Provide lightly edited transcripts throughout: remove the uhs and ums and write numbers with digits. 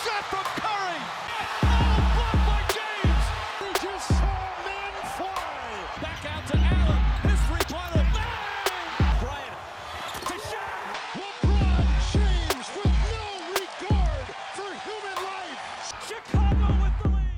shot from Curry. Oh, blocked by James. We just saw men fly. Back out to Allen. His three-pointer. Bang! Bryant. To shot. LeBron James with no regard for human life. Chicago with the lead.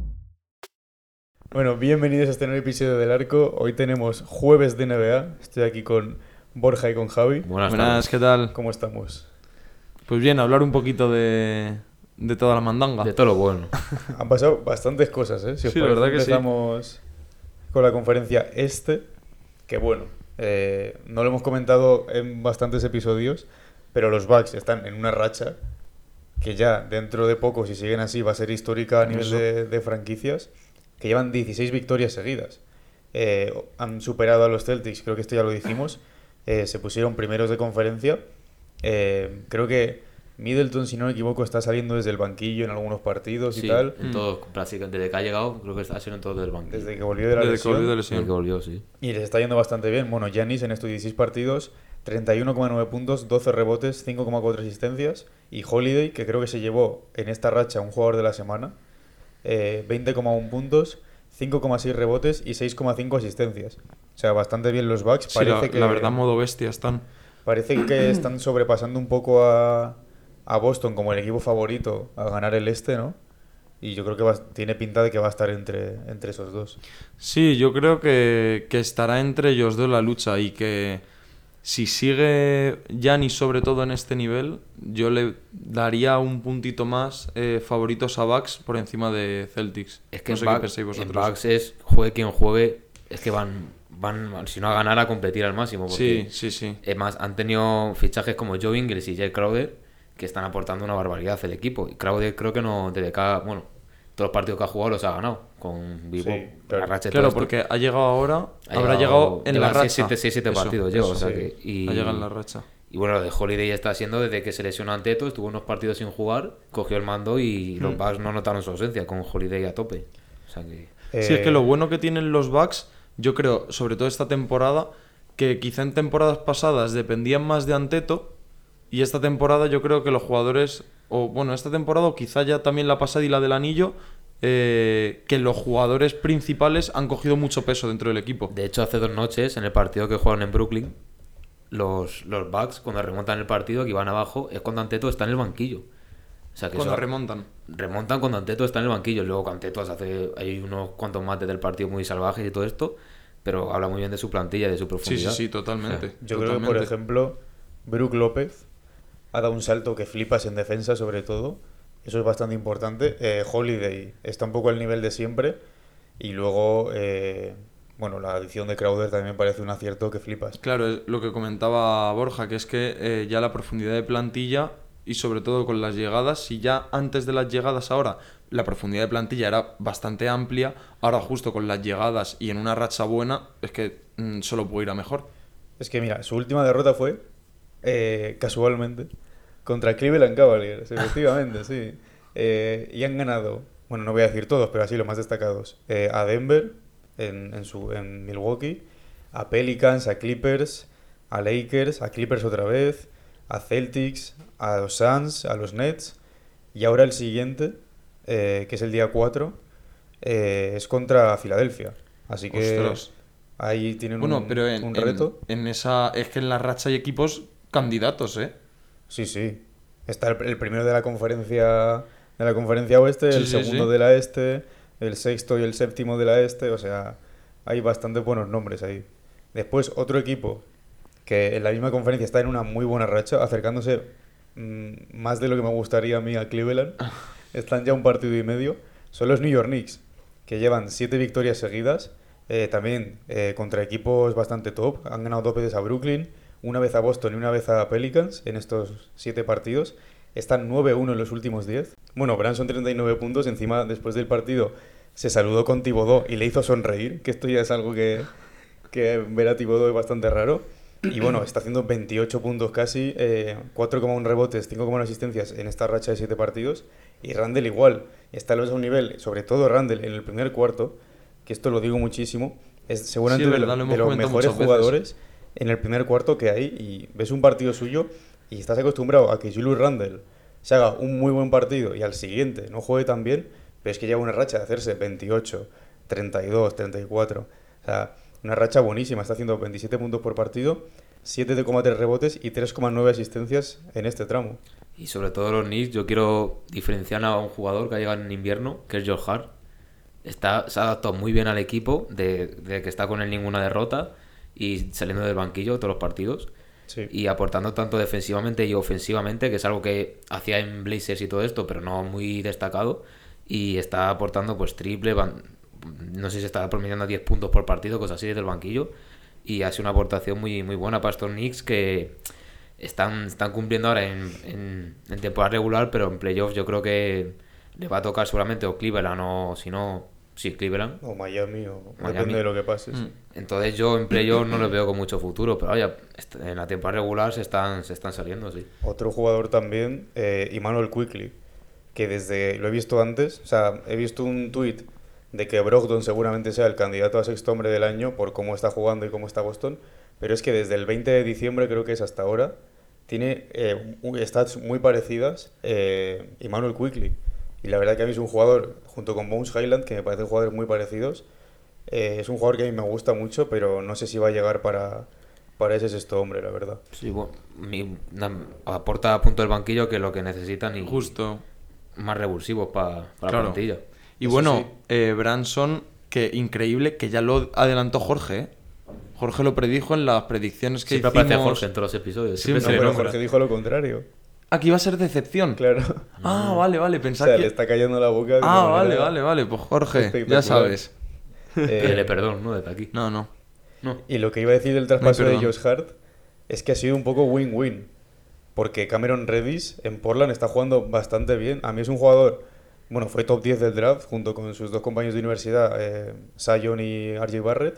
Bueno, bienvenidos a este nuevo episodio del Arco. Hoy tenemos jueves de NBA. Estoy aquí con Borja y con Javi. Buenas, ¿qué tal? ¿Cómo estamos? Pues bien, hablar un poquito de toda la mandanga. De todo lo bueno. Han pasado bastantes cosas, ¿eh? Si os Sí, parece, la verdad que sí. empezamos con la conferencia que bueno, no lo hemos comentado en bastantes episodios, pero los Bucks están en una racha que ya dentro de poco, si siguen así, va a ser histórica a nivel de franquicias, que llevan 16 victorias seguidas. Han superado a los Celtics, creo que esto ya lo dijimos. Se pusieron primeros de conferencia. Creo que Middleton, si no me equivoco, está saliendo desde el banquillo en algunos partidos y tal. En todo, prácticamente desde que ha llegado, creo que ha sido en todo del banquillo. Desde que volvió de la Desde que volvió de lesión. Desde que volvió, sí. Y les está yendo bastante bien. Bueno, Giannis en estos 16 partidos, 31,9 puntos, 12 rebotes, 5,4 asistencias. Y Holiday, que creo que se llevó en esta racha un jugador de la semana, 20,1 puntos, 5,6 rebotes y 6,5 asistencias. O sea, bastante bien los Bucks. Sí, Parece que la verdad, modo bestia están. Parece que están sobrepasando un poco a Boston como el equipo favorito a ganar el este, ¿no? Y yo creo que tiene pinta de que va a estar entre esos dos. Sí, yo creo que estará entre ellos dos la lucha y que si sigue Giannis sobre todo en este nivel, yo le daría un puntito más favoritos a Bucks por encima de Celtics. Es que no sé qué pensáis vosotros. en Bucks es, juegue quien juegue, es que van, si no a ganar, a competir al máximo. Porque, Sí. es más, han tenido fichajes como Joe Ingles y Jay Crowder que están aportando una barbaridad al equipo. Y Crowder creo que no, todos los partidos que ha jugado los ha ganado con Vivo. Sí, claro. La racha y Claro, todo esto. porque ha llegado ahora, Ha habrá llegado en la lleva racha. 6-7 Eso, partidos lleva, o sea sí. que... Y, Ha llegado en la racha. Y bueno, lo de Holiday está siendo desde que se lesionó Anteto, estuvo unos partidos sin jugar, cogió el mando y los Bucks no notaron su ausencia con Holiday a tope. O sea que... Sí, es que lo bueno que tienen los Bucks, yo creo, sobre todo esta temporada, que quizá en temporadas pasadas dependían más de Anteto, y esta temporada yo creo que los jugadores, o bueno, esta temporada o quizá ya también la pasada y la del anillo, que los jugadores principales han cogido mucho peso dentro del equipo. De hecho, hace 2 noches, en el partido que jugaron en Brooklyn, los Bucks, cuando remontan el partido, que iban abajo, es cuando Anteto está en el banquillo. O sea que Cuando eso- remontan. Remontan cuando Anteto está en el banquillo. Luego Anteto hay unos cuantos mates del partido muy salvajes y todo esto, pero habla muy bien de su plantilla y de su Sí, profundidad. totalmente. Yo creo que, por ejemplo, Brook López ha dado un salto que flipas en defensa, sobre todo. Eso es bastante importante. Holiday está un poco al nivel de siempre. Y luego, bueno, la adición de Crowder también me parece un acierto que flipas. Claro, es lo que comentaba Borja, que es que ya la profundidad de plantilla y sobre todo con las llegadas, si ya antes de las llegadas ahora la profundidad de plantilla era bastante amplia, ahora justo con las llegadas y en una racha buena, es que solo puede ir a mejor. Es que mira, su última derrota fue, casualmente, contra Cleveland Cavaliers, efectivamente, sí. Y han ganado, bueno, no voy a decir todos, pero así los más destacados, a Denver, en Milwaukee, a Pelicans, a Clippers, a Lakers, a Clippers otra vez, a Celtics, a los Suns, a los Nets, y ahora el siguiente, que es el día 4, es contra Filadelfia. Así que Ostras. ahí tienen Bueno, pero un reto. en esa es que en la racha hay equipos candidatos, ¿eh? Sí, sí. Está el primero de la conferencia oeste, Sí, el sí, segundo sí. de la este, el sexto y el séptimo de la este, o sea, hay bastante buenos nombres ahí. Después, otro equipo que en la misma conferencia está en una muy buena racha, acercándose más de lo que me gustaría a mí a Cleveland. Están ya un partido y medio. Son los New York Knicks, que llevan 7 victorias seguidas, también contra equipos bastante top. Han ganado 2 veces a Brooklyn, una vez a Boston y una vez a Pelicans en estos 7 partidos. Están 9-1 en los últimos 10. Bueno, Branson 39 puntos. Encima, después del partido, se saludó con Thibodeau y le hizo sonreír, que esto ya es algo que ver a Thibodeau es bastante raro. Y bueno, está haciendo 28 puntos casi, 4,1 rebotes, 5,1 asistencias en esta racha de 7 partidos. Y Randle igual, está a un nivel, sobre todo Randle en el primer cuarto, que esto lo digo muchísimo, es seguramente Sí, es verdad, lo hemos de los comentado mejores muchas veces. jugadores en el primer cuarto que hay. Y ves un partido suyo y estás acostumbrado a que Julius Randle se haga un muy buen partido y al siguiente no juegue tan bien, pero es que lleva una racha de hacerse 28, 32, 34. O sea, una racha buenísima. Está haciendo 27 puntos por partido, 7,3 rebotes y 3,9 asistencias en este tramo. Y sobre todo los Knicks, yo quiero diferenciar a un jugador que ha llegado en invierno, que es Josh Hart. Se ha adaptado muy bien al equipo, de que está con él ninguna derrota y saliendo del banquillo todos los partidos. Sí. Y aportando tanto defensivamente y ofensivamente, que es algo que hacía en Blazers y todo esto, pero no muy destacado. Y está aportando pues triple, no sé si está promediando 10 puntos por partido, cosas así desde el banquillo. Y ha sido una aportación muy, muy buena para estos Knicks que están cumpliendo ahora en temporada regular, pero en playoffs yo creo que le va a tocar seguramente o Cleveland o si no, sí, Cleveland. O Miami, Miami. Depende de lo que pase. Sí. Entonces yo en playoffs no lo veo con mucho futuro, pero vaya, en la temporada regular se están saliendo, sí. Otro jugador también, Immanuel Quickley, que lo he visto antes, o sea, he visto un tuit de que Brogdon seguramente sea el candidato a sexto hombre del año por cómo está jugando y cómo está Boston, pero es que desde el 20 de diciembre, creo que es hasta ahora, tiene stats muy parecidas Immanuel Quickley. Y la verdad que a mí es un jugador, junto con Bones Highland, que me parecen jugadores muy parecidos. Es un jugador que a mí me gusta mucho, pero no sé si va a llegar para ese sexto hombre, la verdad. Sí, bueno, aporta a punto del banquillo que es lo que necesitan y Justo. más revulsivos para la Claro. plantilla. Y Eso bueno, Branson, que increíble, que ya lo adelantó Jorge, ¿eh? Jorge lo predijo en las predicciones que Siempre hicimos. aparece Jorge en todos los episodios. Siempre No, se le pero nombra. Jorge dijo lo contrario. Aquí va a ser decepción. Claro. Ah, vale, O pensaba sea, que... le está cayendo la boca. de Ah, una vale, manera Pues Jorge, ya espectacular. sabes. Pídele perdón, ¿no? Desde aquí. No. Y lo que iba a decir del traspaso No hay de perdón. Josh Hart es que ha sido un poco win-win. Porque Cameron Reddish en Portland está jugando bastante bien. A mí es un jugador, bueno, fue top 10 del draft junto con sus dos compañeros de universidad, Zion y RJ Barrett.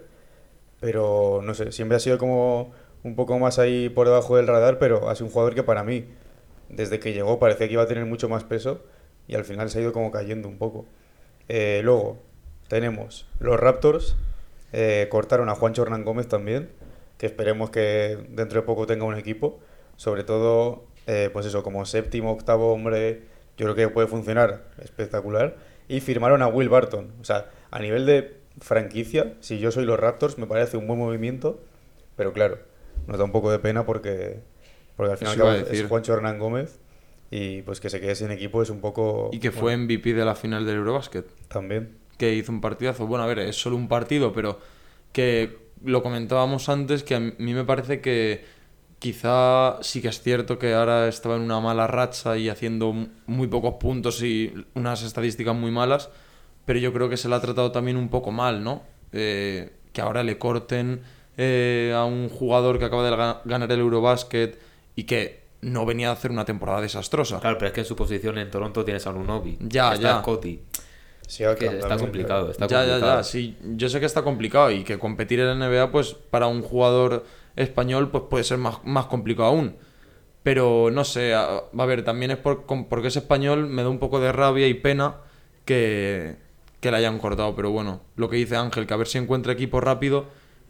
Pero no sé, siempre ha sido como un poco más ahí por debajo del radar, pero ha sido un jugador que para mí, desde que llegó, parecía que iba a tener mucho más peso y al final se ha ido como cayendo un poco. Luego tenemos los Raptors, cortaron a Juancho Hernán Gómez también, que esperemos que dentro de poco tenga un equipo, sobre todo, pues eso, como séptimo, octavo hombre, yo creo que puede funcionar espectacular. Y firmaron a Will Barton, o sea, a nivel de franquicia, si yo soy los Raptors, me parece un buen movimiento, pero claro, nos da un poco de pena porque al final Eso iba a es decir. Juancho Hernán Gómez y pues que se quede sin equipo es un poco... Y que fue bueno, MVP de la final del Eurobasket. también. Que hizo un partidazo. Bueno, a ver, es solo un partido, pero que lo comentábamos antes, que a mí me parece que quizá sí que es cierto que ahora estaba en una mala racha y haciendo muy pocos puntos y unas estadísticas muy malas, pero yo creo que se le ha tratado también un poco mal, ¿no? Que ahora le corten a un jugador que acaba de ganar el Eurobasket y que no venía a hacer una temporada desastrosa. Claro, pero es que en su posición en Toronto tienes a Anunoby. Ya. Está Scotty. Siakam Que está también, complicado, claro. está Ya, complicado. sí, yo sé que está complicado y que competir en la NBA, pues para un jugador español, pues puede ser más complicado aún. Pero no sé, a ver, también es porque es español, me da un poco de rabia y pena que le hayan cortado. Pero bueno, lo que dice Ángel, que a ver si encuentra equipo rápido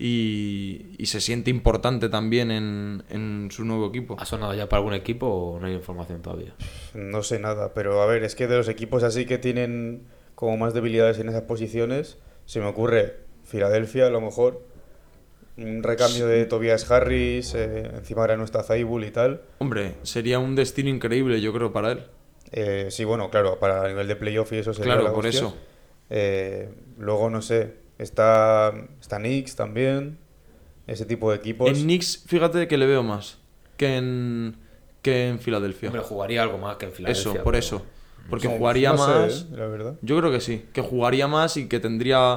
y se siente importante también en su nuevo equipo. ¿Ha sonado ya para algún equipo o no hay información todavía? No sé nada, pero a ver, es que de los equipos así que tienen como más debilidades en esas posiciones, se me ocurre Filadelfia a lo mejor, un recambio de Tobias Harris, encima ahora no está Zaibul y tal. Hombre, sería un destino increíble, yo creo, para él. Sí, bueno, claro, para el nivel de playoff y eso sería Claro, la por hostia. eso. Luego, no sé, está Knicks también, ese tipo de equipos. En Knicks, fíjate que le veo más que en Filadelfia. Hombre, jugaría algo más que en Filadelfia. Eso, por pero- eso. Porque No, jugaría no sé, más. la verdad. Yo creo que sí, que jugaría más y que tendría.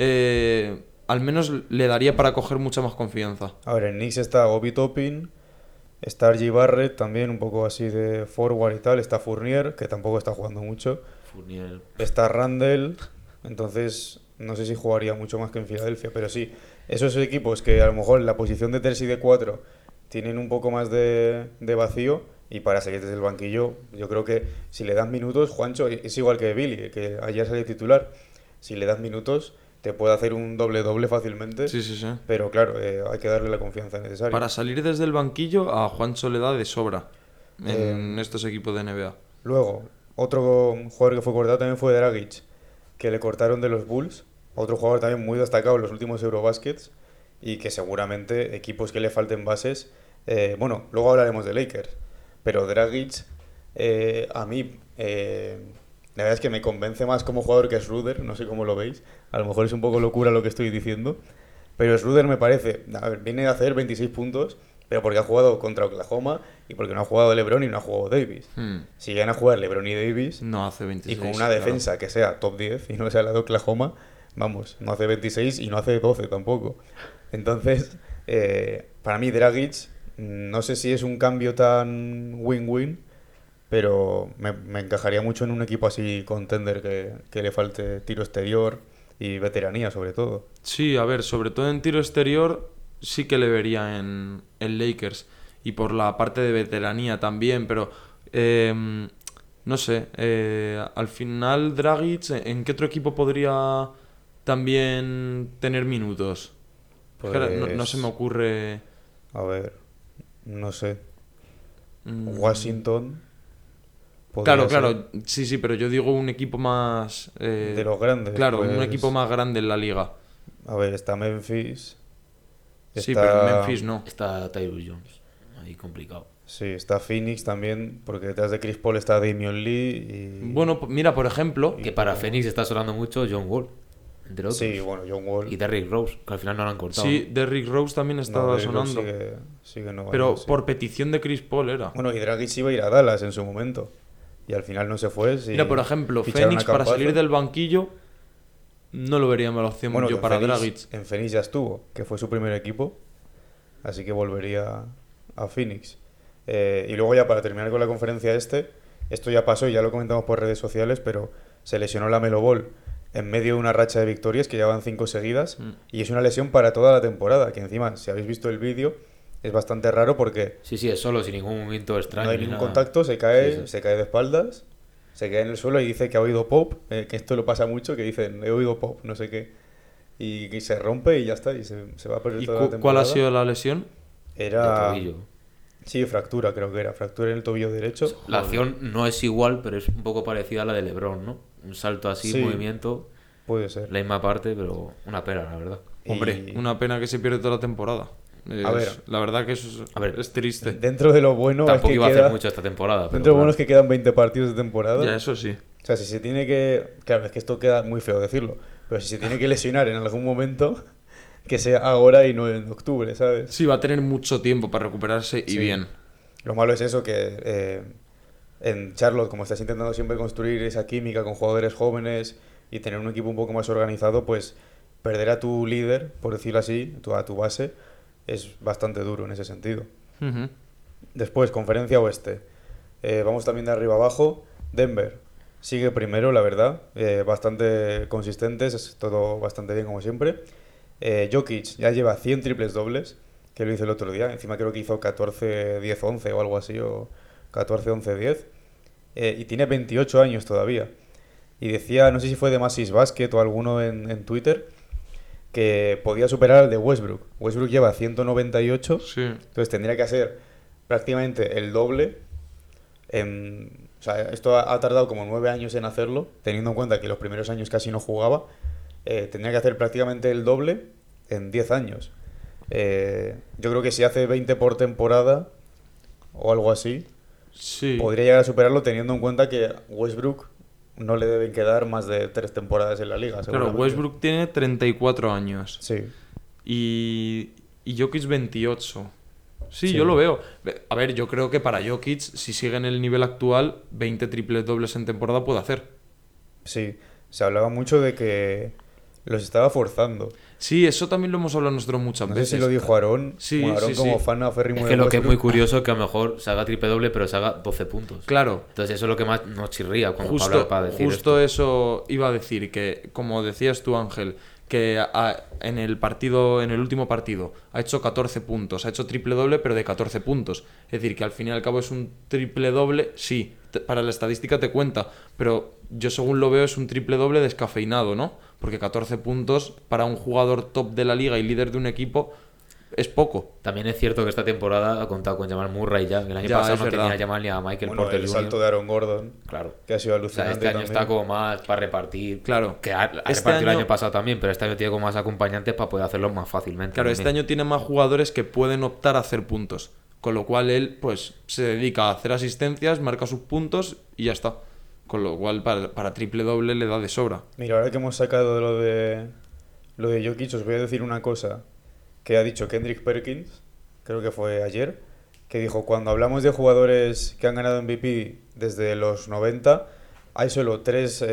Al menos le daría para coger mucha más confianza. A ver, en Knicks está Obi Toppin, está R.J. Barrett también, un poco así de forward y tal, está Fournier, que tampoco está jugando mucho, Fournier. está Randall, entonces no sé si jugaría mucho más que en Filadelfia, pero sí, esos equipos que a lo mejor en la posición de 3 y de 4 tienen un poco más de vacío y para salir desde el banquillo, yo creo que si le das minutos, Juancho es igual que Billy, que ayer salió titular, si le das minutos te puede hacer un doble-doble fácilmente. Sí, sí, sí. Pero claro, hay que darle la confianza necesaria. Para salir desde el banquillo, a Juancho le da de sobra en Eh, estos equipos de NBA. Luego, otro jugador que fue cortado también fue Dragic, que le cortaron de los Bulls. Otro jugador también muy destacado en los últimos Eurobaskets y que seguramente equipos que le falten bases. Bueno, luego hablaremos de Lakers, pero Dragic a mí la verdad es que me convence más como jugador que Schroeder, no sé cómo lo veis. A lo mejor es un poco locura lo que estoy diciendo, pero Schroeder me parece, a ver, viene a hacer 26 puntos, pero porque ha jugado contra Oklahoma y porque no ha jugado LeBron y no ha jugado Davis. Si llegan a jugar LeBron y Davis No hace 26. y con una defensa que sea top 10 y no sea la de Oklahoma, vamos, no hace 26 y no hace 12 tampoco. Entonces, para mí Dragic, no sé si es un cambio tan win-win, pero me encajaría mucho en un equipo así contender que le falte tiro exterior y veteranía sobre todo. Sí, a ver, sobre todo en tiro exterior sí que le vería en Lakers y por la parte de veteranía también, pero no sé, al final Dragic, ¿en qué otro equipo podría también tener minutos? Es que ahora no se me ocurre. A ver, no sé. mm, Washington Claro, podría claro, sí, pero yo digo un equipo más. ser de los grandes. Claro, un pues, equipo más grande en la liga. A ver, está Memphis. Sí, está- pero en Memphis no. Está Tyrus Jones. Ahí complicado. Sí, está Phoenix también, porque detrás de Chris Paul está Damian Lee y... Bueno, mira, por ejemplo, Que para Phoenix está sonando mucho John Wall, entre otros. Sí, bueno, John Wall. Y Derrick Rose, que al final no lo han cortado. sí, Derrick Rose también No, estaba Derrick Rose sonando. sigue no Pero vale, sí. por petición de Chris Paul era. Bueno, y Dragic iba a ir a Dallas en su momento. Y al final no se fue. Sí, Mira, por ejemplo, ficharon Phoenix a para Campazo. salir del banquillo no lo vería mala opción Bueno, yo que para Phoenix- Dragic. En Phoenix ya estuvo, que fue su primer equipo. Así que volvería a Phoenix. Y luego ya para terminar con la conferencia esto ya pasó y ya lo comentamos por redes sociales, pero se lesionó la Melo Ball en medio de una racha de victorias que llevaban 5 seguidas y es una lesión para toda la temporada, que encima, si habéis visto el vídeo, es bastante raro porque Sí, es solo, sin ningún movimiento extraño. no hay ni ningún nada. contacto, se cae, Sí, sí. se cae de espaldas, se cae en el suelo y dice que ha oído pop, que esto lo pasa mucho, que dicen, he oído pop, no sé qué, y se rompe y ya está, y se va a perder ¿Y toda la temporada. cuál ha sido la lesión? Era... El tobillo. Sí, fractura creo que era, fractura en el tobillo derecho. La acción no es igual, pero es un poco parecida a la de LeBron, ¿no? Un salto así, Sí. movimiento, Puede ser. la misma parte, pero una pena, la verdad. Hombre, Y- una pena que se pierde toda la temporada. A ver. La verdad que eso A ver. es triste. Dentro de lo bueno Tampoco es que iba a queda... hacer mucho esta temporada. Pero Dentro de lo bueno claro. es que quedan 20 partidos de temporada. Ya, eso sí. O sea, si se tiene que... Claro, es que esto queda muy feo decirlo. Pero si se tiene que lesionar en algún momento, que sea ahora y no en octubre, ¿sabes? Sí, va a tener mucho tiempo para recuperarse y Sí. bien. Lo malo es eso, que en Charlotte, como estás intentando siempre construir esa química con jugadores jóvenes y tener un equipo un poco más organizado, pues perder a tu líder, por decirlo así, a tu base, es bastante duro en ese sentido. Ujú. Después, conferencia oeste. Vamos también de arriba abajo. Denver sigue primero, la verdad. Bastante consistentes, es todo bastante bien como siempre. Jokic ya lleva 100 triples dobles, que lo hizo el otro día. Encima creo que hizo 14-10-11 o algo así, o 14-11-10. Y tiene 28 años todavía. Y decía, no sé si fue de Masis Basket o alguno en Twitter, que podía superar al de Westbrook. Westbrook lleva 198. Sí. Entonces tendría que hacer prácticamente el doble. O sea, esto ha tardado como 9 años en hacerlo, teniendo en cuenta que los primeros años casi no jugaba. Tendría que hacer prácticamente el doble en 10 años. Yo creo que si hace 20 por temporada o algo así, Sí. podría llegar a superarlo teniendo en cuenta que Westbrook no le deben quedar más de 3 temporadas en la liga. Claro, seguramente. Westbrook tiene 34 años. Sí. Y Jokic 28. Sí, Sí. yo lo veo. A ver, yo creo que para Jokic, si sigue en el nivel actual, 20 triples dobles en temporada puede hacer. Sí. Se hablaba mucho de que los estaba forzando. Sí, eso también lo hemos hablado nosotros muchas No sé veces. si lo dijo Aarón. Sí, Bueno, Aarón sí, como sí. fan aférrimo Es de que lo que es muy Westbrook. curioso es que a lo mejor se haga triple doble, pero se haga 12 puntos. Claro. Entonces eso es lo que más nos chirría cuando Justo, Pablo para decir justo esto. eso iba a decir, que como decías tú, Ángel, que en el último partido ha hecho 14 puntos, ha hecho triple doble, pero de 14 puntos. Es decir, que al fin y al cabo es un triple doble, sí, para la estadística te cuenta, pero yo según lo veo es un triple doble descafeinado, ¿no? Porque 14 puntos para un jugador top de la liga y líder de un equipo es poco. También es cierto que esta temporada ha contado con Jamal Murray ya, que el año Ya, pasado es no verdad. tenía a Jamal ni a Michael Bueno, Porter el Jr. salto de Aaron Gordon, Claro. que ha sido O sea, alucinante este año también. está como más para repartir. Claro. Que ha Este repartido el año- año pasado también, pero este año tiene como más acompañantes para poder hacerlo más fácilmente. Claro, este también. año tiene más jugadores que pueden optar a hacer puntos. Con lo cual él, pues, se dedica a hacer asistencias, marca sus puntos y ya está. Con lo cual, para triple doble le da de sobra. Mira, ahora que hemos sacado lo de Jokic, os voy a decir una cosa que ha dicho Kendrick Perkins, creo que fue ayer, que dijo, cuando hablamos de jugadores que han ganado MVP desde los 90, hay solo tres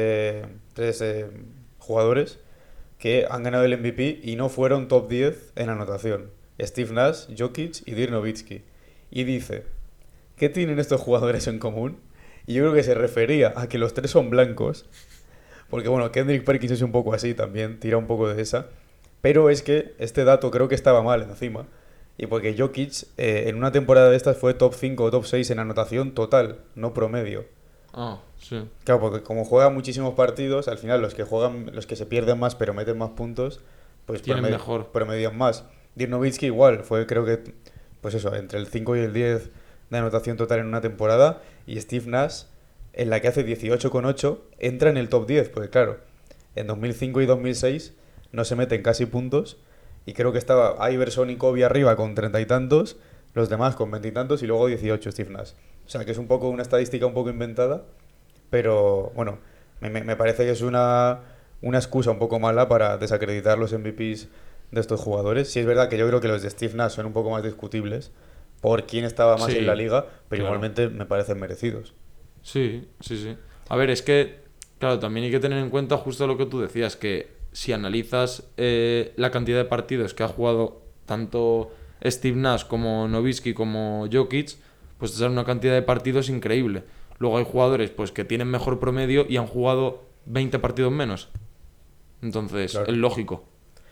jugadores que han ganado el MVP y no fueron top 10 en anotación. Steve Nash, Jokic y Dirk Nowitzki. Y dice, ¿qué tienen estos jugadores en común? Y yo creo que se refería a que los tres son blancos. Porque bueno, Kendrick Perkins es un poco así también, tira un poco de esa. Pero es que este dato creo que estaba mal encima. Y porque Jokic en una temporada de estas fue top 5 o top 6 en anotación total, no promedio. Ah, sí. Claro, porque como juega muchísimos partidos, al final los que se pierden más pero meten más puntos, pues Tienen mejor. promedian más. Dirk Nowitzki igual, fue creo que, pues eso, entre el 5 y el 10 de anotación total en una temporada. Y Steve Nash, en la que hace 18,8, entra en el top 10, porque claro, en 2005 y 2006 no se meten casi puntos. Y creo que estaba Iverson y Kobe arriba con 30 y tantos, los demás con 20 y tantos y luego 18 Steve Nash. O sea que es un poco una estadística un poco inventada, pero bueno, me parece que es una excusa un poco mala para desacreditar los MVPs de estos jugadores. Sí es verdad que yo creo que los de Steve Nash son un poco más discutibles por quién estaba más Sí, en la liga, pero claro. igualmente me parecen merecidos. Sí, sí, sí. A ver, es que, claro, también hay que tener en cuenta justo lo que tú decías, que si analizas la cantidad de partidos que ha jugado tanto Steve Nash como Nowitzki como Jokic, pues te sale una cantidad de partidos increíble. Luego hay jugadores pues que tienen mejor promedio y han jugado 20 partidos menos. Entonces, Claro. es lógico.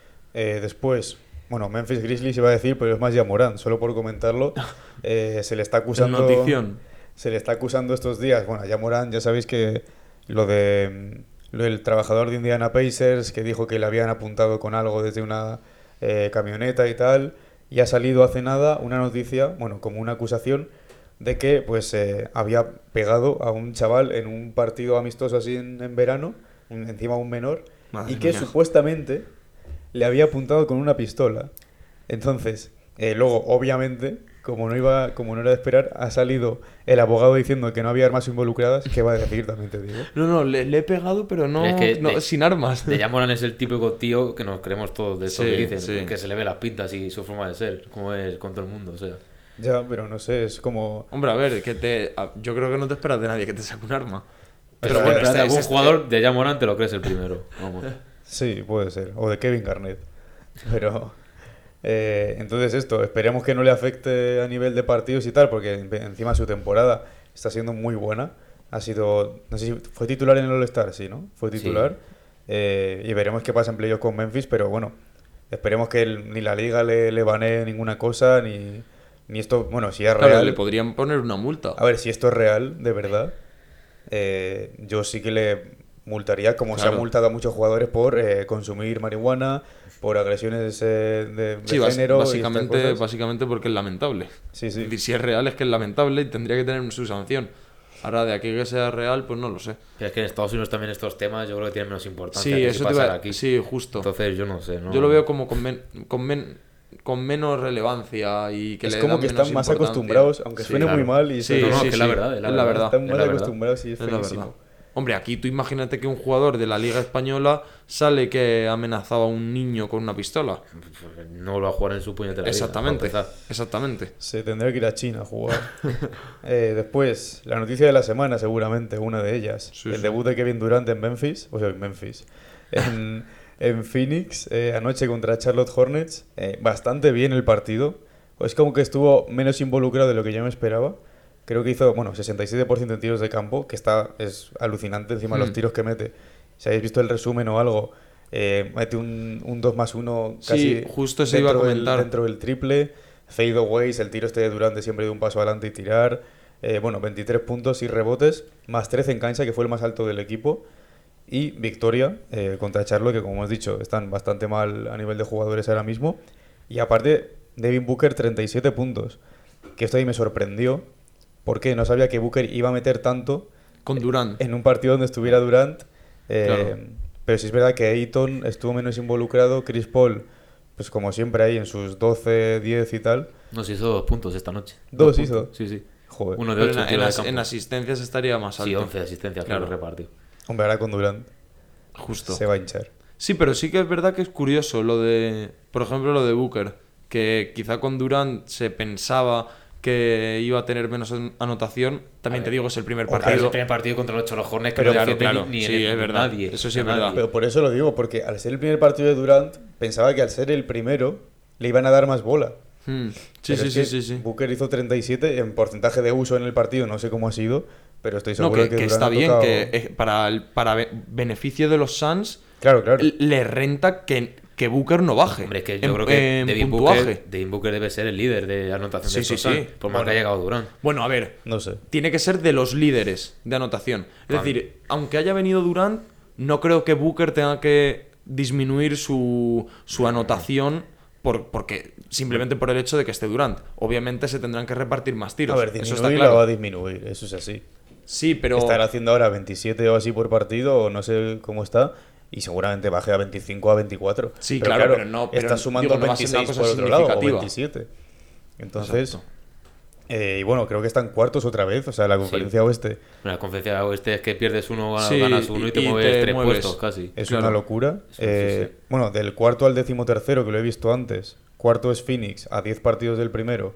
Después, bueno, Memphis Grizzlies iba a decir, pero es más ya Morant, solo por comentarlo, se le está acusando... Notición. Se le está acusando estos días, bueno, ya Morant, ya sabéis que lo del trabajador de Indiana Pacers, que dijo que le habían apuntado con algo desde una camioneta y tal, y ha salido hace nada una noticia, bueno, como una acusación de que pues había pegado a un chaval en un partido amistoso así en verano, encima un menor, Madre y que mía. supuestamente le había apuntado con una pistola. Entonces, luego, obviamente, como no era de esperar, ha salido el abogado diciendo que no había armas involucradas. ¿Qué va a decir? También te digo. No, le he pegado, pero no, Es que no, sin armas. De Jamoran es el típico tío que nos creemos todos de esto Sí, que dicen, sí. que se le ve las pintas y su forma de ser, como es con todo el mundo, o sea. Ya, pero no sé, es como... Hombre, a ver, yo creo que no te esperas de nadie que te saque un arma. Pero Pero bueno, bueno, de algún este- jugador de Jamoran te lo crees el primero. Vamos. Sí, puede ser. O de Kevin Garnett. Pero... entonces esto, esperemos que no le afecte a nivel de partidos y tal, porque encima su temporada está siendo muy buena. Ha sido... No sé si fue titular en el All-Star, sí, ¿no? Fue titular. Y veremos qué pasa en playoff con Memphis, pero bueno, esperemos que ni la liga le banee ninguna cosa, ni esto... Bueno, si es Claro, real... le podrían poner una multa. A ver, si esto es real, de verdad, yo sí que le multaría, como se ha Claro. multado a muchos jugadores por consumir marihuana, por agresiones de Sí, género y estas básicamente, cosas. básicamente porque es lamentable. Sí, sí. Es decir, si es real es que es lamentable y tendría que tener su sanción. Ahora, de aquí a que sea real, pues no lo sé. Pero es que en Estados Unidos también estos temas yo creo que tienen menos importancia Sí, que eso si te pasara iba aquí. Sí, justo. Entonces yo no sé, ¿no? Yo lo veo como con menos relevancia y que Es le como dan que menos están más importancia. acostumbrados, aunque Sí, suene claro. muy mal y Sí, No, no, sí, que es sí. la verdad, Es la verdad. están es más la verdad. acostumbrados y es Es la feísimo. verdad. Hombre, aquí tú imagínate que un jugador de la Liga Española sale que amenazaba a un niño con una pistola. No va a jugar en su puñetera liga, Exactamente, para empezar. exactamente. Se tendrá que ir a China a jugar. Después, la noticia de la semana, seguramente, una de ellas. Sí, el sí. debut de Kevin Durant en Memphis. O sea, en Memphis. En Phoenix, anoche contra Charlotte Hornets. Bastante bien el partido. Es como que estuvo menos involucrado de lo que yo me esperaba. Creo que hizo, bueno, 67% en tiros de campo, que es alucinante encima los tiros que mete. Si habéis visto el resumen o algo, mete un 2+1 casi Sí, justo eso iba a comentar. dentro del triple. Fadeaways, el tiro este de Durant de siempre de un paso adelante y tirar. Bueno, 23 puntos y rebotes, más 13 en cancha, que fue el más alto del equipo. Y victoria contra Charlotte, que como hemos dicho, están bastante mal a nivel de jugadores ahora mismo. Y aparte, Devin Booker 37 puntos. Que esto ahí me sorprendió, porque no sabía que Booker iba a meter tanto Con Durant. en un partido donde estuviera Durant. Claro. Pero sí es verdad que Ayton estuvo menos involucrado, Chris Paul, pues como siempre ahí en sus 12, 10 y tal. Nos hizo 2 puntos esta noche. ¿Dos 2 hizo? puntos. Sí, sí. Joder. Uno de Pero 8 en, tiros de campo. en asistencias estaría más alto. Sí, 11 asistencias, claro, Claro. repartido. Hombre, ahora con Durant Justo. se va a hinchar. Sí, pero sí que es verdad que es curioso lo de, por ejemplo, lo de Booker, que quizá con Durant se pensaba que iba a tener menos anotación. También A te ver, digo, es el primer ojalá. Claro, es el partido. primer partido contra los Charlotte Hornets que Pero no claro, defiende claro, ni sí, es verdad. nadie. Eso sí es a nadie. verdad. Pero por eso lo digo, porque al ser el primer partido de Durant, pensaba que al ser el primero le iban a dar más bola. Sí, Pero sí, es sí, que sí, sí. Booker hizo 37 en porcentaje de uso en el partido, no sé cómo ha sido, pero estoy No, seguro que Durant está ha bien, tocado- que para beneficio de los Suns Claro, claro. le renta que Booker no baje. Hombre, es que yo en- creo que en Devin puntuaje. Booker debe ser el líder de anotación Sí, de sí, estos sí. Suns, por más Bueno. que haya llegado Durant. Bueno, a ver, No sé. tiene que ser de los líderes de anotación. Es Claro. decir, aunque haya venido Durant, no creo que Booker tenga que disminuir su anotación porque simplemente por el hecho de que esté Durant. Obviamente se tendrán que repartir más tiros. A ver, eso está disminuir la va a claro. disminuir, eso es así. Sí, pero Estará haciendo ahora 27 o así por partido, o no sé cómo está, y seguramente baje a 25 a 24. Sí, Pero claro, pero no- pero está sumando digo, no va a ser una 26 cosa por otro lado, o significativa. 27. Entonces, Exacto. y bueno, creo que están cuartos otra vez, o sea, la conferencia oeste En la conferencia oeste es que pierdes uno, Sí, ganas uno y te y mueves te 3 mueves. puestos casi. es Claro. una locura. Sí, sí. Bueno, del cuarto al 13º, que lo he visto antes, cuarto es Phoenix, a 10 partidos del primero.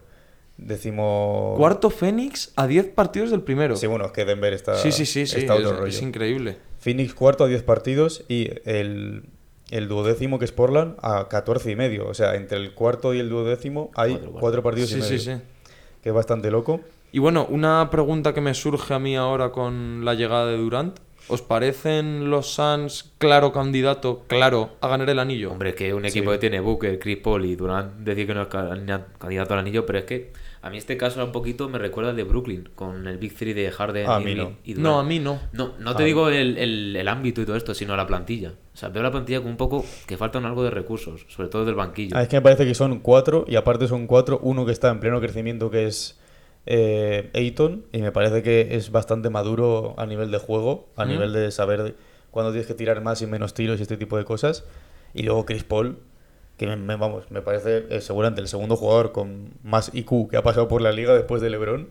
cuarto Phoenix a 10 partidos del primero. Sí, bueno, es que Denver está, sí, está otro rollo. es increíble. Phoenix cuarto a 10 partidos y el duodécimo, que es Portland, a 14 y medio. O sea, entre el cuarto y el duodécimo hay Cuatro 4 partidos Sí, y medio. sí, sí. Que es bastante loco. Y bueno, una pregunta que me surge a mí ahora con la llegada de Durant. ¿Os parecen los Suns claro candidato, claro, a ganar el anillo? Hombre, es que un equipo Sí. que tiene Booker, Chris Paul y Durant decir que no es candidato al anillo, pero es que a mí este caso un poquito me recuerda al de Brooklyn, con el Big Three de Harden A y, mí no. y No, Durant. a mí no. No te digo el ámbito y todo esto, sino la plantilla. O sea, veo la plantilla como un poco que faltan algo de recursos, sobre todo del banquillo. Es que me parece que son 4 y aparte son 4. Uno que está en pleno crecimiento, que es Ayton, y me parece que es bastante maduro a nivel de juego, a nivel de saber cuándo tienes que tirar más y menos tiros y este tipo de cosas. Y luego Chris Paul, que me parece seguramente el segundo jugador con más IQ que ha pasado por la liga después de LeBron.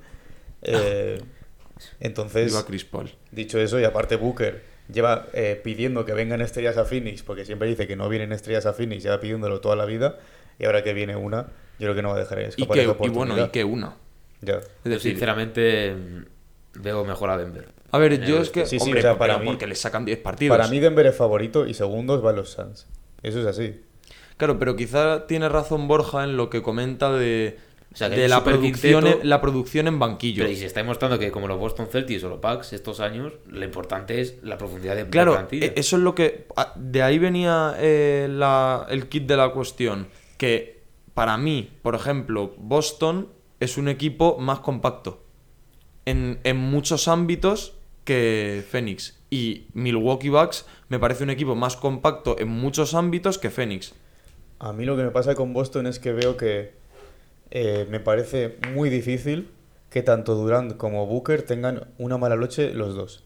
Entonces, Viva Chris Paul. dicho eso, y aparte Booker lleva pidiendo que vengan estrellas a Phoenix, porque siempre dice que no vienen estrellas a Phoenix, lleva pidiéndolo toda la vida, y ahora que viene una, yo creo que no va a dejar Y escapar que, esa y oportunidad. bueno, y que una. Ya. Es Yo decir, sinceramente veo mejor a Denver. a ver, en el yo es oeste. que. Sí, sí, hombre, o sea, pero para mí- porque le sacan 10 partidos. Para mí Denver es favorito y segundos van los Suns. Eso es así. Claro, pero quizá tiene razón Borja en lo que comenta de, O sea, que de el la, super producción, quinteto- la producción en banquillo. Pero y se está demostrando que como los Boston Celtics o los Bucks estos años, lo importante es la profundidad de Claro, plantilla. eso es lo que... De ahí venía el kit de la cuestión. Que para mí, por ejemplo, Boston es un equipo más compacto en muchos ámbitos que Phoenix. Y Milwaukee Bucks me parece un equipo más compacto en muchos ámbitos que Phoenix. A mí lo que me pasa con Boston es que veo que me parece muy difícil que tanto Durant como Booker tengan una mala noche los dos.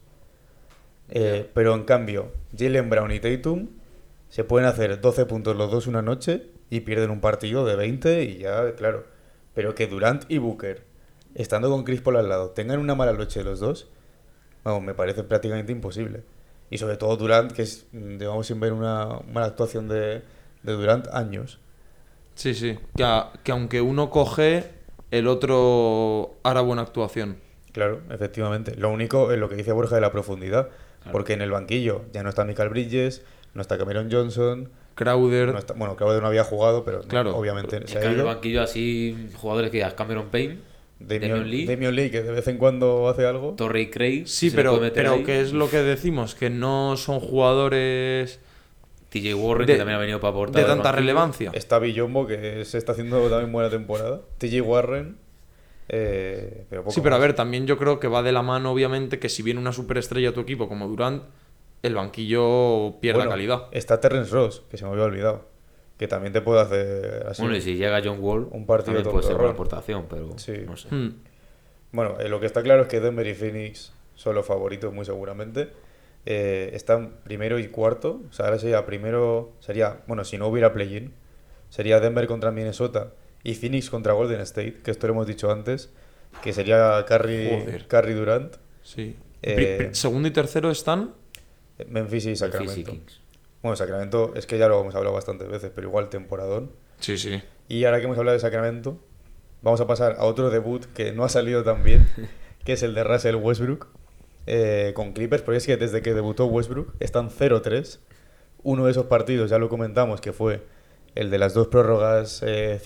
Pero en cambio, Jaylen Brown y Tatum se pueden hacer 12 puntos los dos una noche y pierden un partido de 20 y ya, claro. Pero que Durant y Booker, estando con Chris Paul al lado, tengan una mala noche los dos, vamos, me parece prácticamente imposible. Y sobre todo Durant, que es, digamos, sin ver una mala actuación de Durant años. Sí, sí. Que aunque uno coge, el otro hará buena actuación. Claro, efectivamente. Lo único es lo que dice Borja de la profundidad. Claro. Porque en el banquillo ya no está Michael Bridges, no está Cameron Johnson, Crowder... no está, bueno, Crowder no había jugado, pero Claro. obviamente Es se que ha en el ido. banquillo así jugadores que ya Cameron Payne, Damian Lee, Damian Lee, que de vez en cuando hace algo. Torrey Craig. Sí, se le puede pero, meter pero ahí. ¿qué es lo que decimos? Que no son jugadores TJ Warren, de- que también ha venido para aportar. de al tanta banquillo. relevancia. Está Billombo, que se está haciendo también buena temporada. TJ Warren. Pero poco Sí, pero a más. ver, también yo creo que va de la mano, obviamente, que si viene una superestrella a tu equipo como Durant, el banquillo pierde Bueno, calidad. Está Terrence Ross, que se me había olvidado. que también te puede hacer así. Bueno, y si llega John Wall, un partido también puede ser tontorrón. buena aportación, pero Sí. no sé. Bueno, lo que está claro es que Denver y Phoenix son los favoritos muy seguramente. Están primero y cuarto. O sea, ahora sería, bueno, si no hubiera play-in, sería Denver contra Minnesota y Phoenix contra Golden State, que esto lo hemos dicho antes, que sería Joder. Curry Durant, Sí. Eh, Segundo y tercero están. Memphis y Memphis y Sacramento. Kings. Bueno, Sacramento es que ya lo hemos hablado bastantes veces, pero igual temporadón. Sí, sí. Y ahora que hemos hablado de Sacramento, vamos a pasar a otro debut que no ha salido tan bien, que es el de Russell Westbrook con Clippers, porque es que desde que debutó Westbrook están 0-3. Uno de esos partidos, ya lo comentamos, que fue el de las dos prórrogas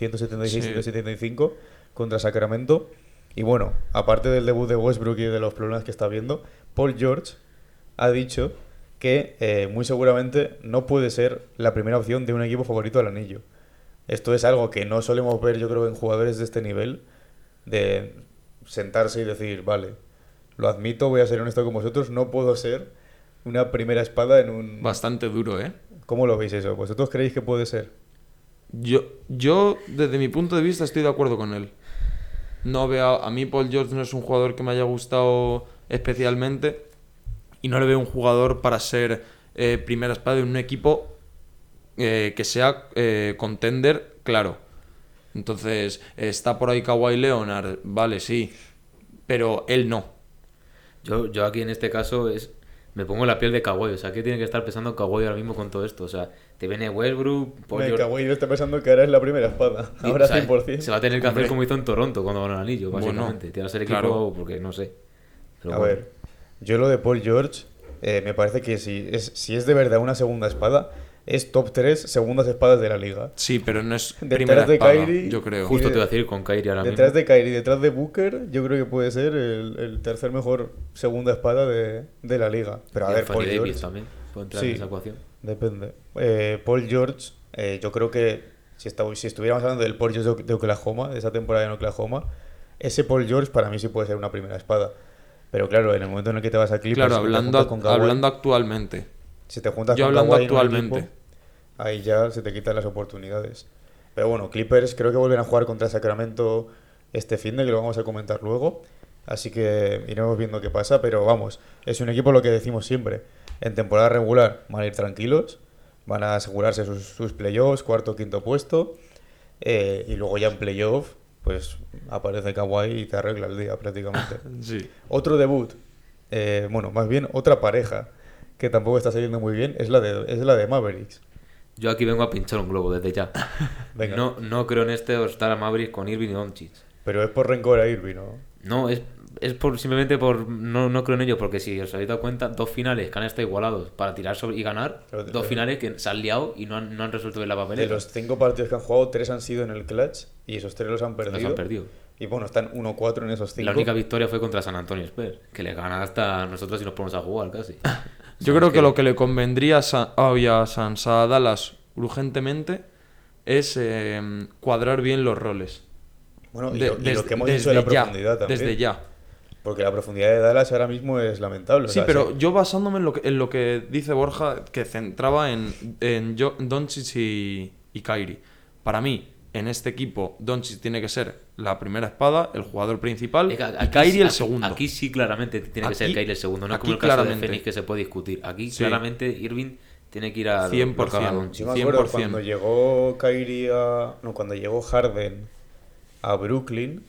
176-175 contra Sacramento. Y bueno, aparte del debut de Westbrook y de los problemas que está viendo, Paul George ha dicho que muy seguramente no puede ser la primera opción de un equipo favorito al anillo. Esto es algo que no solemos ver, yo creo, en jugadores de este nivel, de sentarse y decir, vale, lo admito, voy a ser honesto con vosotros, no puedo ser una primera espada en un... Bastante duro, ¿eh? ¿Cómo lo veis eso? ¿Vosotros creéis que puede ser? Yo, desde mi punto de vista, estoy de acuerdo con él. No veo, a mí Paul George no es un jugador que me haya gustado especialmente y no le veo un jugador para ser primera espada en un equipo que sea contender, claro. Entonces, está por ahí Kawhi Leonard, vale, sí, pero él no. Yo aquí en este caso me pongo en la piel de Kawhi. O sea, ¿qué tiene que estar pensando Kawhi ahora mismo con todo esto? O sea, te viene Westbrook, Paul George- Kawhi está pensando que ahora es la primera espada. y, Ahora o sea, 100%. se va a tener que hacer Hombre. como hizo en Toronto cuando ganó el anillo, Bueno, básicamente. Tirarse el equipo claro. porque no sé. Pero A bueno. ver, yo lo de Paul George, me parece que si es de verdad una segunda espada, es top 3 segundas espadas de la liga. Sí, pero no es Detrás primera de espada, Kyrie, yo creo. Justo de- te iba a decir con Kyrie ahora Detrás mismo. de Kyrie, detrás de Booker, yo creo que puede ser el tercer mejor segunda espada de la liga. Pero a Y ver, Anthony Paul Davis George, también puede entrar Sí. en esa ecuación. depende. Paul George, yo creo que si estuviéramos hablando del Paul George de Oklahoma, de esa temporada en Oklahoma, ese Paul George para mí sí puede ser una primera espada. Pero claro, en el momento en el que te vas a Clippers, Claro, y te hablando, juntas con Kawhi, hablando actualmente. si te juntas Yo con hablando Kawhi en un actualmente. equipo, ahí ya se te quitan las oportunidades. Pero bueno, Clippers creo que vuelven a jugar contra Sacramento este finde, que lo vamos a comentar luego. Así que iremos viendo qué pasa. Pero vamos, es un equipo lo que decimos siempre. En temporada regular van a ir tranquilos, van a asegurarse sus playoffs, cuarto o quinto puesto. Y luego ya en playoff, pues aparece Kawhi y te arregla el día prácticamente. Sí. Otro debut, bueno, más bien otra pareja que tampoco está saliendo muy bien, es la de Mavericks. Yo aquí vengo a pinchar un globo desde ya. Venga. No creo en este All-Star a Mavericks con Irving y Doncic. Pero es por rencor a Irving, ¿no? No, es simplemente por... No creo en ello, porque si os habéis dado cuenta, dos finales que han estado igualados para tirar sobre y ganar, Pero dos finales que se han liado y no han resuelto bien la De papeleta. los 5 partidos que han jugado, 3 han sido en el clutch y esos 3 los han perdido. Los han perdido. Y bueno, están 1-4 en esos 5. La única victoria fue contra San Antonio Spurs, que le gana hasta nosotros si nos ponemos a jugar casi. Yo creo que lo que le convendría a Sans a Dallas urgentemente es cuadrar bien los roles. Bueno, y, De- y lo que hemos dicho desde de la ya, profundidad también. Desde ya. Porque la profundidad de Dallas ahora mismo es lamentable. o Sí, sea, pero yo basándome en lo que dice Borja, que centraba en Doncic y Kyrie. Para mí, en este equipo, Doncic tiene que ser la primera espada, el jugador principal, Es que y Kyrie el segundo. Aquí sí claramente tiene que ser Aquí- Kyrie el segundo, no es aquí como el caso claramente. de Phoenix que se puede discutir. Aquí Sí. claramente Irving tiene que ir a 100%. lo que haga Doncic. yo me acuerdo 100%. cuando llegó Kyrie cuando llegó Harden a Brooklyn,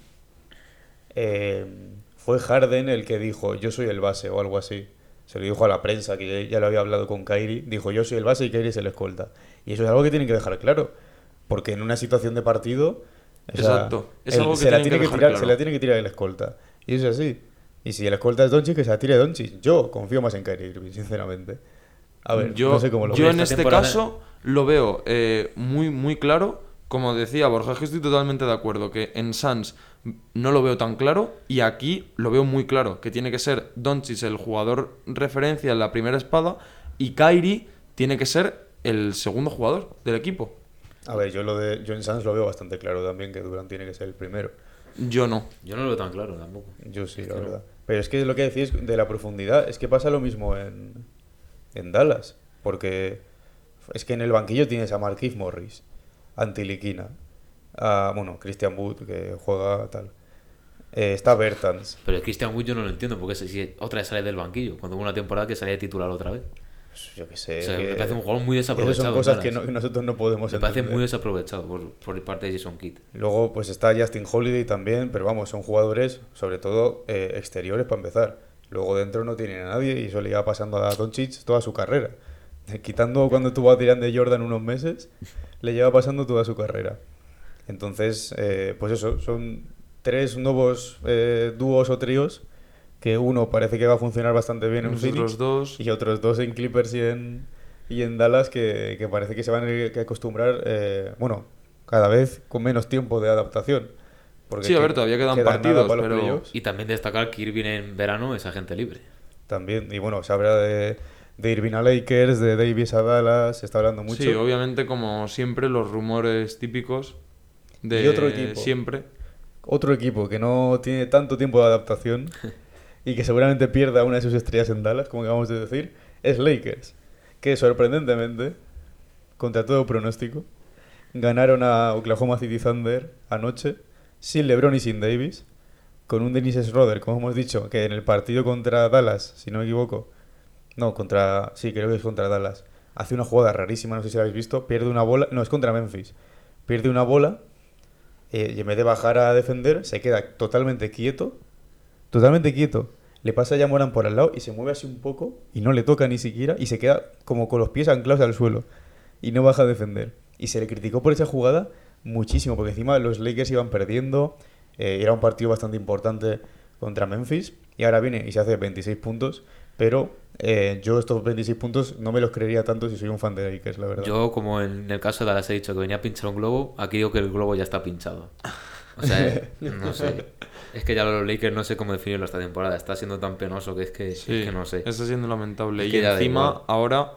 fue Harden el que dijo, yo soy el base o algo así. Se lo dijo a la prensa, que ya lo había hablado con Kyrie. Dijo, yo soy el base y Kyrie es el escolta. Y eso es algo que tienen que dejar claro. Porque en una situación de partido... o sea, Exacto. Es algo que se la tienen tiene que dejar tirar, claro. se la tiene que tirar el escolta. Y eso es así. Y si el escolta es Doncic, que se la tire Doncic. Yo confío más en Kyrie Irving, sinceramente. A ver, Yo, no sé cómo lo yo ves. en esta este temporada- caso lo veo muy, muy claro. Como decía Borja, que estoy totalmente de acuerdo que en Suns no lo veo tan claro y aquí lo veo muy claro, que tiene que ser Doncic el jugador referencia en la primera espada y Kyrie tiene que ser el segundo jugador del equipo. A ver, yo en Suns lo veo bastante claro también, que Durant tiene que ser el primero. Yo no. Yo no lo veo tan claro tampoco. Yo sí, la que no. verdad. Pero es que lo que decís de la profundidad, es que pasa lo mismo en Dallas. Porque es que en el banquillo tienes a Markieff Morris, Antiliquina. Bueno, Christian Wood, que juega tal. Está Bertans. Pero el Christian Wood yo no lo entiendo, porque si otra vez sale del banquillo, cuando hubo una temporada que salía de titular otra vez. Pues yo qué sé. O sea, que me parece un jugador muy esas desaprovechado. son cosas en que, Dallas. que nosotros no podemos Me parece entender. muy desaprovechado por parte de Jason Kidd. Luego pues está Justin Holiday también, pero vamos, son jugadores sobre todo exteriores para empezar. Luego dentro no tienen a nadie y eso le iba pasando a Doncic toda su carrera. Quitando cuando tuvo a Tirande Jordan unos meses, le lleva pasando toda su carrera. Entonces, pues eso, son 3 nuevos dúos o tríos que uno parece que va a funcionar bastante bien en Los Phoenix otros dos. y otros 2 en Clippers y en Dallas que parece que se van a tener que acostumbrar, bueno, cada vez con menos tiempo de adaptación. Porque Sí, a ver, todavía quedan partidos, nada para los pero- playoffs. Y también destacar que Irving en verano es agente libre. También, y bueno, se habla de Irving a Lakers, de Davis a Dallas, se está hablando mucho. Sí, obviamente, como siempre, los rumores típicos de Y otro equipo. siempre. Otro equipo que no tiene tanto tiempo de adaptación y que seguramente pierda una de sus estrellas en Dallas, como acabamos de decir, es Lakers, que sorprendentemente, contra todo pronóstico, ganaron a Oklahoma City Thunder anoche, sin LeBron y sin Davis, con un Dennis Schroeder, como hemos dicho, que en el partido contra Dallas, si no me equivoco, sí, creo que es contra Dallas, hace una jugada rarísima, no sé si la habéis visto, pierde una bola, no, es contra Memphis, pierde una bola y en vez de bajar a defender, se queda totalmente quieto, le pasa a Jamoran por al lado y se mueve así un poco y no le toca ni siquiera y se queda como con los pies anclados al suelo y no baja a defender. Y se le criticó por esa jugada muchísimo, porque encima los Lakers iban perdiendo, era un partido bastante importante contra Memphis y ahora viene y se hace 26 puntos, pero yo estos 26 puntos no me los creería tanto si soy un fan de Lakers, la verdad. Yo, como en el caso de Dallas he dicho que venía a pinchar un globo, aquí digo que el globo ya está pinchado. O sea, no sé. Es que ya los Lakers no sé cómo definirlo esta temporada. Está siendo tan penoso que es Sí, que no sé. está siendo lamentable. Es Y que ya da encima, igual. ahora,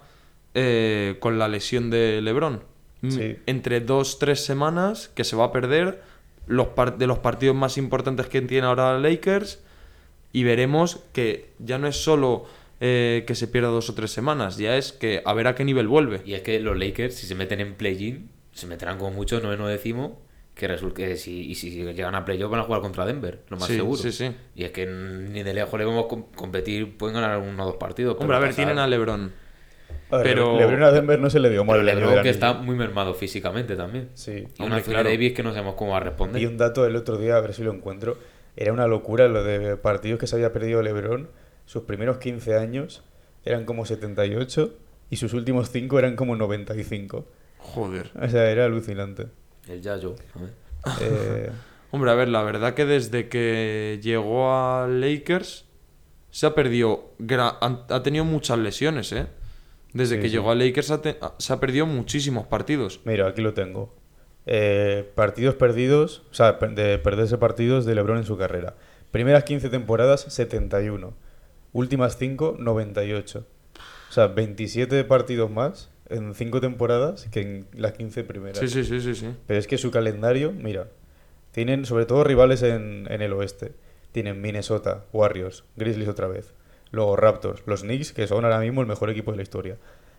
con la lesión de LeBron, Sí. entre 2-3 semanas que se va a perder de los partidos más importantes que tiene ahora Lakers, y veremos que ya no es solo que se pierda 2 o 3 semanas, ya es que a ver a qué nivel vuelve. Y es que los Lakers, si se meten en play-in, se meterán como mucho 9-9 décimo, que resulta que si llegan a playoff van a jugar contra Denver, lo más Sí, seguro. sí, sí. Y es que ni de lejos le vamos a competir, pueden ganar 1 o 2 partidos. Hombre, a ver, pasar. tienen a LeBron. A ver, pero- LeBron a Denver no se le dio mal. Pero el año LeBron, del que anillo. está muy mermado físicamente también. Sí. Y Hombre, una Anthony claro. Davis que no sabemos cómo va a responder. Vi un dato el otro día, a ver si lo encuentro. Era una locura lo de partidos que se había perdido LeBron. Sus primeros 15 años eran como 78 y sus últimos 5 eran como 95. Joder. O sea, era alucinante. El Yayo. A ver. Eh, Hombre, a ver, la verdad que desde que llegó a Lakers se ha perdido, ha tenido muchas lesiones, ¿eh? Desde Sí, que sí. llegó a Lakers se ha perdido muchísimos partidos. mira, aquí lo tengo. Partidos perdidos, o sea, de perderse partidos de LeBron en su carrera. Primeras 15 temporadas, 71. Últimas 5, 98. O sea, 27 partidos más en 5 temporadas que en las 15 primeras. Sí, sí, sí, sí, sí. Pero es que su calendario, mira, tienen sobre todo rivales en el oeste. Tienen Minnesota, Warriors, Grizzlies otra vez. Luego Raptors, los Knicks, que son ahora mismo el mejor equipo de la historia.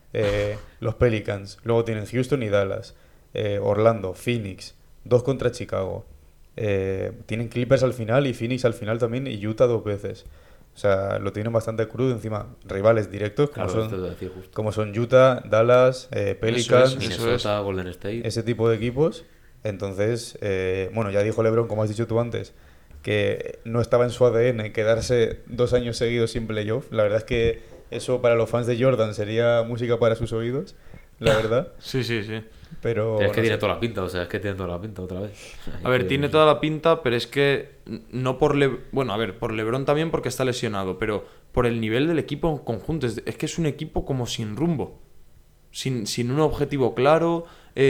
Los Pelicans. Luego tienen Houston y Dallas. Orlando, Phoenix. 2 contra Chicago. Tienen Clippers al final y Phoenix al final también y Utah 2 veces. O sea, lo tienen bastante crudo. Encima, rivales directos como, Claro, esto te son, voy a decir justo. como son Utah, Dallas, Pelicans. Eso es. Minnesota, Golden State. Ese tipo de equipos. Entonces, bueno, ya dijo LeBron, como has dicho tú antes, que no estaba en su ADN quedarse 2 años seguidos sin playoff. La verdad es que eso para los fans de Jordan sería música para sus oídos, la verdad. Sí, sí, sí. Pero, Pero es que no tiene sé. toda la pinta, o sea, es que tiene toda la pinta otra vez. A ver, tiene toda la pinta, pero es que no por bueno, a ver, por LeBron también porque está lesionado, pero por el nivel del equipo en conjunto. Es que es un equipo como sin rumbo, sin un objetivo claro.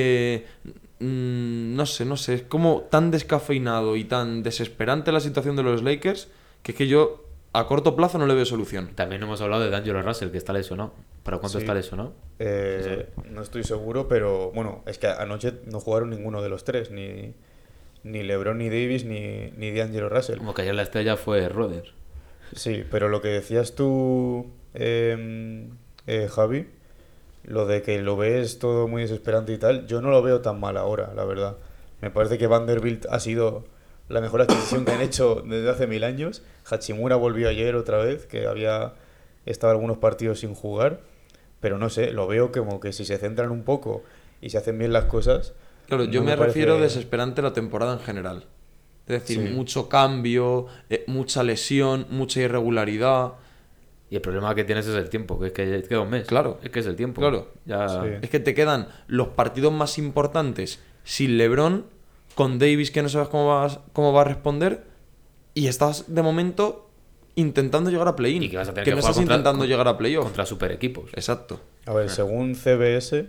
No sé, es como tan descafeinado y tan desesperante la situación de los Lakers que es que yo a corto plazo no le veo solución. También hemos hablado de D'Angelo Russell, que está lesionado. ¿Para cuánto Sí. está lesionado? No estoy seguro, pero bueno, es que anoche no jugaron ninguno de los tres, ni LeBron, ni Davis, ni D'Angelo Russell. Como que ayer la estrella fue Roder. Sí, pero lo que decías tú, Javi, lo de que lo ves todo muy desesperante y tal, yo no lo veo tan mal ahora, la verdad. Me parece que Vanderbilt ha sido la mejor adquisición que han hecho desde hace 1000 años. Hachimura volvió ayer otra vez, que había estado algunos partidos sin jugar. Pero no sé, lo veo como que si se centran un poco y se hacen bien las cosas... Claro, yo no me parece- refiero desesperante la temporada en general. Es decir, Sí. mucho cambio, mucha lesión, mucha irregularidad. Y el problema que tienes es el tiempo, que es que queda un mes. Claro. Es que es el tiempo. Claro. Ya... Sí. Es que te quedan los partidos más importantes sin LeBron, con Davis que no sabes cómo va a responder, y estás de momento intentando llegar a play-in. Y que vas a tener que que no jugar estás intentando contra- llegar a playoff. Contra super equipos. Exacto. A ver, según CBS,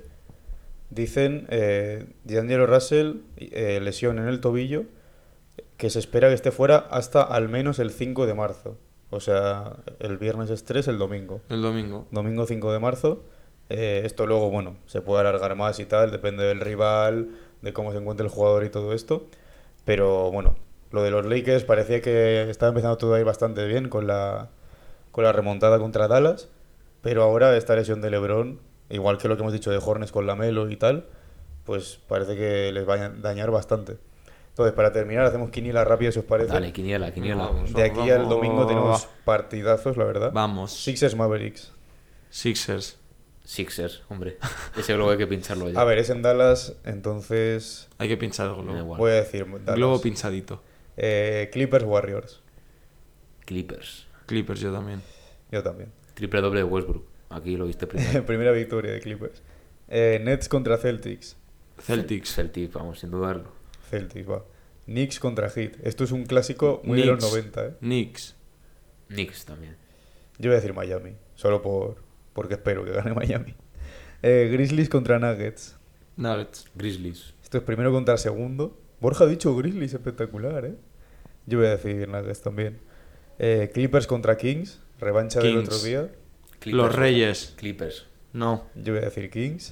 dicen D'Angelo Russell, lesión en el tobillo, que se espera que esté fuera hasta al menos el 5 de marzo. O sea, el viernes es 3, el domingo. El domingo. Domingo 5 de marzo. Esto luego, bueno, se puede alargar más y tal, depende del rival, de cómo se encuentre el jugador y todo esto. Pero bueno, lo de los Lakers parecía que estaba empezando todo a ir bastante bien con la remontada contra Dallas. Pero ahora esta lesión de LeBron, igual que lo que hemos dicho de Hornets con Lamelo y tal, pues parece que les va a dañar bastante. Entonces, para terminar, hacemos quiniela rápida, si os parece. Dale, quiniela. Vamos. De aquí al domingo tenemos partidazos, la verdad. Vamos. Sixers Mavericks. Sixers. Sixers, hombre. Ese globo hay que pincharlo ya. A ver, es en Dallas, entonces Hay que pinchar el Me da globo. igual. voy a decir Dallas. Globo pinchadito. Clippers Warriors. Clippers. Clippers yo también. Yo también. Triple doble de Westbrook. Aquí lo viste primero. Primera victoria de Clippers. Nets contra Celtics. Celtics. Celtics, vamos, sin dudarlo. Celtics, va. Knicks contra Heat. Esto es un clásico muy de los Knicks. 90, ¿eh? Knicks. Knicks también. Yo voy a decir Miami, solo porque espero que gane Miami. Grizzlies contra Nuggets. Nuggets. Grizzlies. Esto es primero contra segundo. Borja ha dicho Grizzlies, espectacular, ¿eh? Yo voy a decir Nuggets también. Clippers contra Kings, revancha del Kings. otro día. Los Reyes. Clippers. No. Yo voy a decir Kings.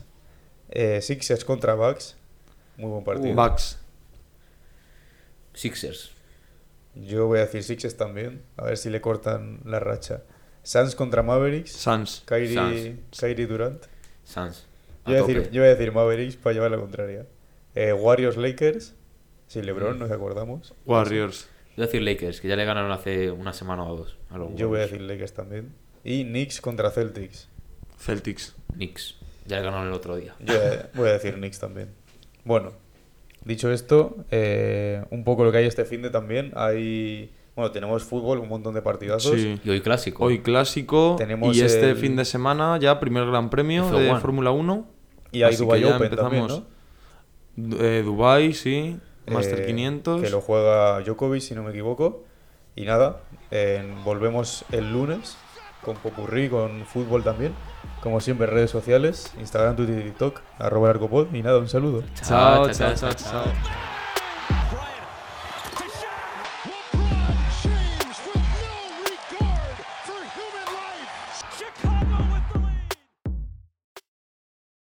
Sixers contra Bucks, muy buen partido. Bucks. Sixers. Yo voy a decir Sixers también, a ver si le cortan la racha. Suns contra Mavericks, Suns. Kyrie Durant. Suns. A Yo voy tope. a decir Mavericks para llevar la contraria. Warriors Lakers, sin LeBron, nos acordamos. Warriors. Yo voy a decir Lakers, que ya le ganaron hace una semana o dos. A los Yo voy a Warriors. decir Lakers también. Y Knicks contra Celtics. Celtics. Knicks. Ya le ganaron el otro día. Yo voy a decir Knicks también. Bueno, dicho esto, un poco lo que hay este finde también. Bueno, tenemos fútbol, un montón de partidazos. Sí. Y hoy clásico. Hoy clásico. Tenemos y este el- fin de semana ya primer gran premio de F1. Fórmula 1. Y hay Así Dubai que ya Open también, ¿no? Dubai, sí. Master Eh, 500. Que lo juega Djokovic, si no me equivoco. Y nada, volvemos el lunes con popurrí, con fútbol también. Como siempre, redes sociales, Instagram, Twitter y TikTok, @arcopod. Y nada, un saludo. Chao, chao, chao, chao.